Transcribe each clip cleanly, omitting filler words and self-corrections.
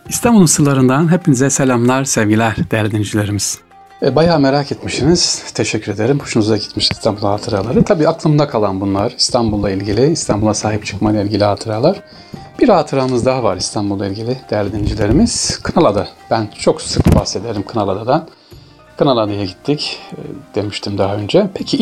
İstanbul'un sırlarından hepinize selamlar, sevgiler değerli dinleyicilerimiz. Bayağı merak etmişsiniz. Teşekkür ederim. Hoşunuza gitmiş İstanbul hatıraları. Tabii aklımda kalan bunlar. İstanbul'la ilgili, İstanbul'a sahip çıkmayla ilgili hatıralar. Bir hatıramız daha var İstanbul'la ilgili değerli dinleyicilerimiz. Kınalıada. Ben çok sık bahsederim Kınalıada'dan. Kınalıada'ya gittik demiştim daha önce. Peki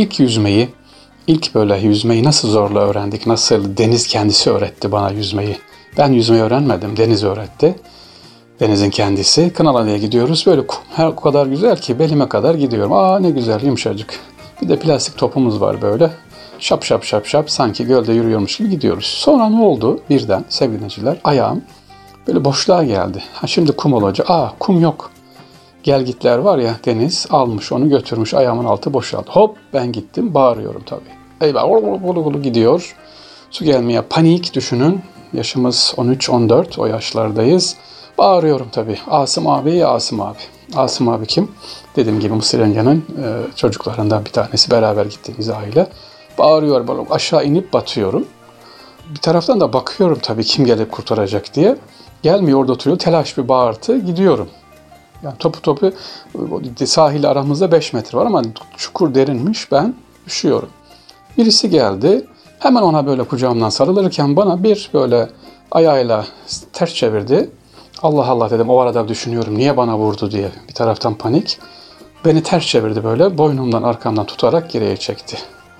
ilk böyle yüzmeyi nasıl zorla öğrendik? Nasıl deniz kendisi öğretti bana yüzmeyi? Ben yüzmeyi öğrenmedim. Deniz öğretti. Denizin kendisi. Kınalıada'ya gidiyoruz. Böyle o kadar güzel ki belime kadar gidiyorum. Ne güzel yumuşacık. Bir de plastik topumuz var böyle. Şap şap şap şap sanki gölde yürüyormuş gibi gidiyoruz. Sonra ne oldu? Birden sevgili dinleyiciler ayağım böyle boşluğa geldi. Şimdi kum olacak. Kum yok. Gelgitler var ya deniz almış onu götürmüş ayağımın altı boşaldı. Hop ben gittim bağırıyorum tabii. Eyvah gidiyor. Su gelmeye panik düşünün. Yaşımız 13-14 o yaşlardayız. Bağırıyorum tabii. Asım abi. Asım abi kim? Dediğim gibi Mısır Yenge'nin çocuklarından bir tanesi. Beraber gittiğimiz aile. Bağırıyor böyle aşağı inip batıyorum. Bir taraftan da bakıyorum tabii kim gelip kurtaracak diye. Gelmiyor orada oturuyor. Telaş bir bağırtı gidiyorum. Yani topu sahil aramızda 5 metre var ama çukur derinmiş ben düşüyorum. Birisi geldi. Hemen ona böyle kucağımdan sarılırken bana bir böyle ayağıyla ters çevirdi. Allah Allah dedim o arada düşünüyorum niye bana vurdu diye bir taraftan panik. Beni ters çevirdi böyle boynumdan arkamdan tutarak geriye çekti.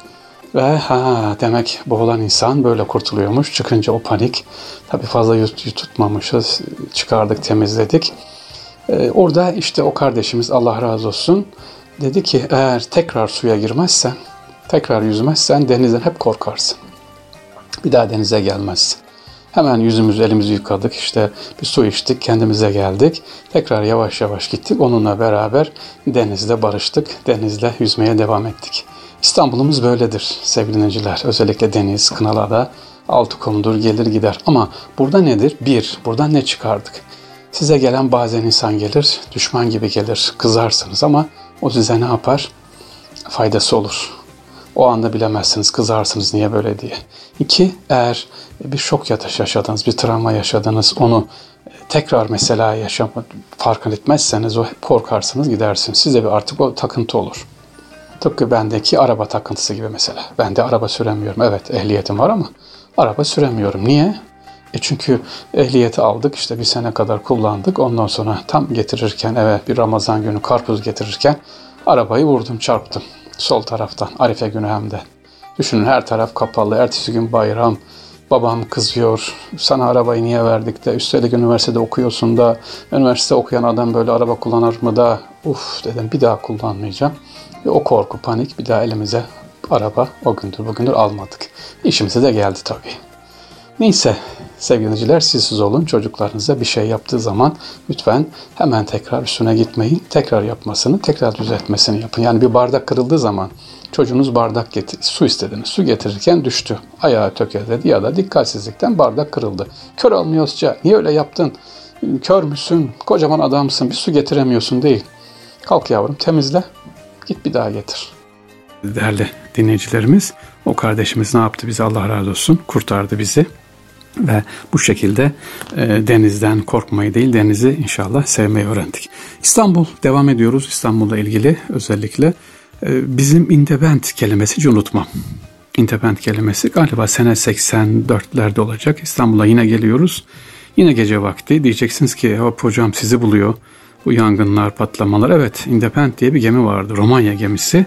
Ve demek boğulan insan böyle kurtuluyormuş. Çıkınca o panik tabii fazla yutmamışız çıkardık temizledik. Orada işte o kardeşimiz Allah razı olsun dedi ki eğer tekrar suya girmezsen tekrar yüzmezsen denizden hep korkarsın. Bir daha denize gelmezsin. Hemen yüzümüzü elimizi yıkadık işte bir su içtik kendimize geldik. Tekrar yavaş yavaş gittik onunla beraber denizle barıştık. Denizle yüzmeye devam ettik. İstanbul'umuz böyledir sevgili dinleyiciler. Özellikle deniz, Kınalıada, altı kumdur gelir gider. Ama burada nedir? Buradan ne çıkardık? Size gelen bazen insan gelir, düşman gibi gelir, kızarsınız ama o size ne yapar? Faydası olur. O anda bilemezsiniz, kızarsınız niye böyle diye. 2, eğer bir şok yaşadınız, bir travma yaşadınız, onu tekrar mesela fark etmezseniz o hep korkarsınız, gidersiniz. Size artık o takıntı olur. Tıpkı bendeki araba takıntısı gibi mesela. Ben de araba süremiyorum. Evet ehliyetim var ama araba süremiyorum. Niye? Çünkü ehliyeti aldık işte bir sene kadar kullandık. Ondan sonra tam getirirken eve bir Ramazan günü karpuz getirirken arabayı vurdum çarptım. Sol taraftan Arife günü hem de. Düşünün her taraf kapalı. Ertesi gün bayram. Babam kızıyor. Sana arabayı niye verdik de üstelik üniversitede okuyorsun da üniversite okuyan adam böyle araba kullanır mı da dedim bir daha kullanmayacağım. Ve o korku panik bir daha elimize araba o gündür bugündür almadık. İşimize de geldi tabii. Neyse sevgili dinleyiciler siz olun çocuklarınıza bir şey yaptığı zaman lütfen hemen tekrar üstüne gitmeyin. Tekrar yapmasını, tekrar düzeltmesini yapın. Yani bir bardak kırıldığı zaman çocuğunuz su istediniz. Su getirirken düştü. Ayağı tökezledi ya da dikkatsizlikten bardak kırıldı. Kör olmuyorsa niye öyle yaptın? Kör müsün? Kocaman adamsın. Bir su getiremiyorsun değil. Kalk yavrum temizle. Git bir daha getir. Değerli dinleyicilerimiz o kardeşimiz ne yaptı bize Allah razı olsun kurtardı bizi. Ve bu şekilde denizden korkmayı değil denizi inşallah sevmeyi öğrendik. İstanbul devam ediyoruz. İstanbul'la ilgili özellikle bizim independent kelimesi hiç unutmam. Independent kelimesi galiba sene 84'lerde olacak. İstanbul'a yine geliyoruz. Yine gece vakti diyeceksiniz ki hop hocam sizi buluyor. Bu yangınlar, patlamalar. Evet Independent diye bir gemi vardı. Romanya gemisi.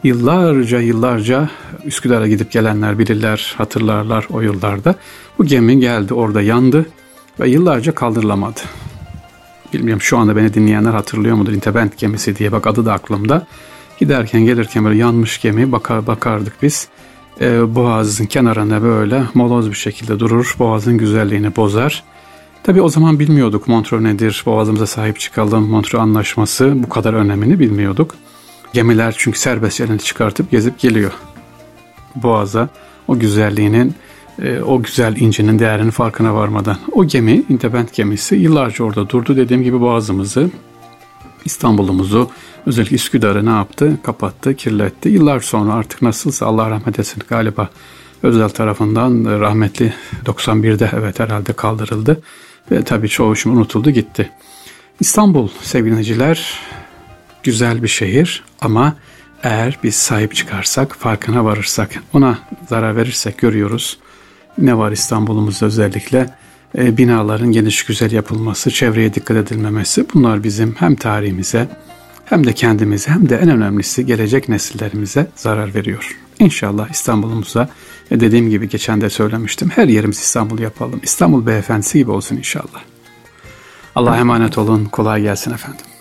Yıllarca Üsküdar'a gidip gelenler bilirler, hatırlarlar o yıllarda. Bu gemi geldi orada yandı ve yıllarca kaldırılamadı. Bilmiyorum şu anda beni dinleyenler hatırlıyor mudur Independent gemisi diye bak adı da aklımda. Giderken gelirken böyle yanmış gemi bakardık biz. Boğazın kenarında böyle moloz bir şekilde durur. Boğazın güzelliğini bozar. Tabii o zaman bilmiyorduk Montreux nedir, boğazımıza sahip çıkalım, Montreux Anlaşması bu kadar önemini bilmiyorduk. Gemiler çünkü serbest elini çıkartıp gezip geliyor. Boğaza o güzelliğinin, o güzel incinin değerinin farkına varmadan. O gemi, Independent gemisi yıllarca orada durdu. Dediğim gibi boğazımızı, İstanbul'umuzu, özellikle Üsküdar'ı ne yaptı? Kapattı, kirletti. Yıllar sonra artık nasılsa Allah rahmet etsin galiba Özel tarafından rahmetli 91'de evet herhalde kaldırıldı. Ve tabii çoğu şimdi unutuldu gitti. İstanbul sevgili dinleyiciler güzel bir şehir ama eğer biz sahip çıkarsak, farkına varırsak, ona zarar verirsek görüyoruz. Ne var İstanbul'umuzda özellikle? Binaların geniş güzel yapılması, çevreye dikkat edilmemesi, bunlar bizim hem tarihimize hem de kendimize hem de en önemlisi gelecek nesillerimize zarar veriyor. İnşallah İstanbul'umuza dediğim gibi geçen de söylemiştim, her yerimiz İstanbul yapalım. İstanbul beyefendisi gibi olsun inşallah. Allah'a emanet olun, kolay gelsin efendim.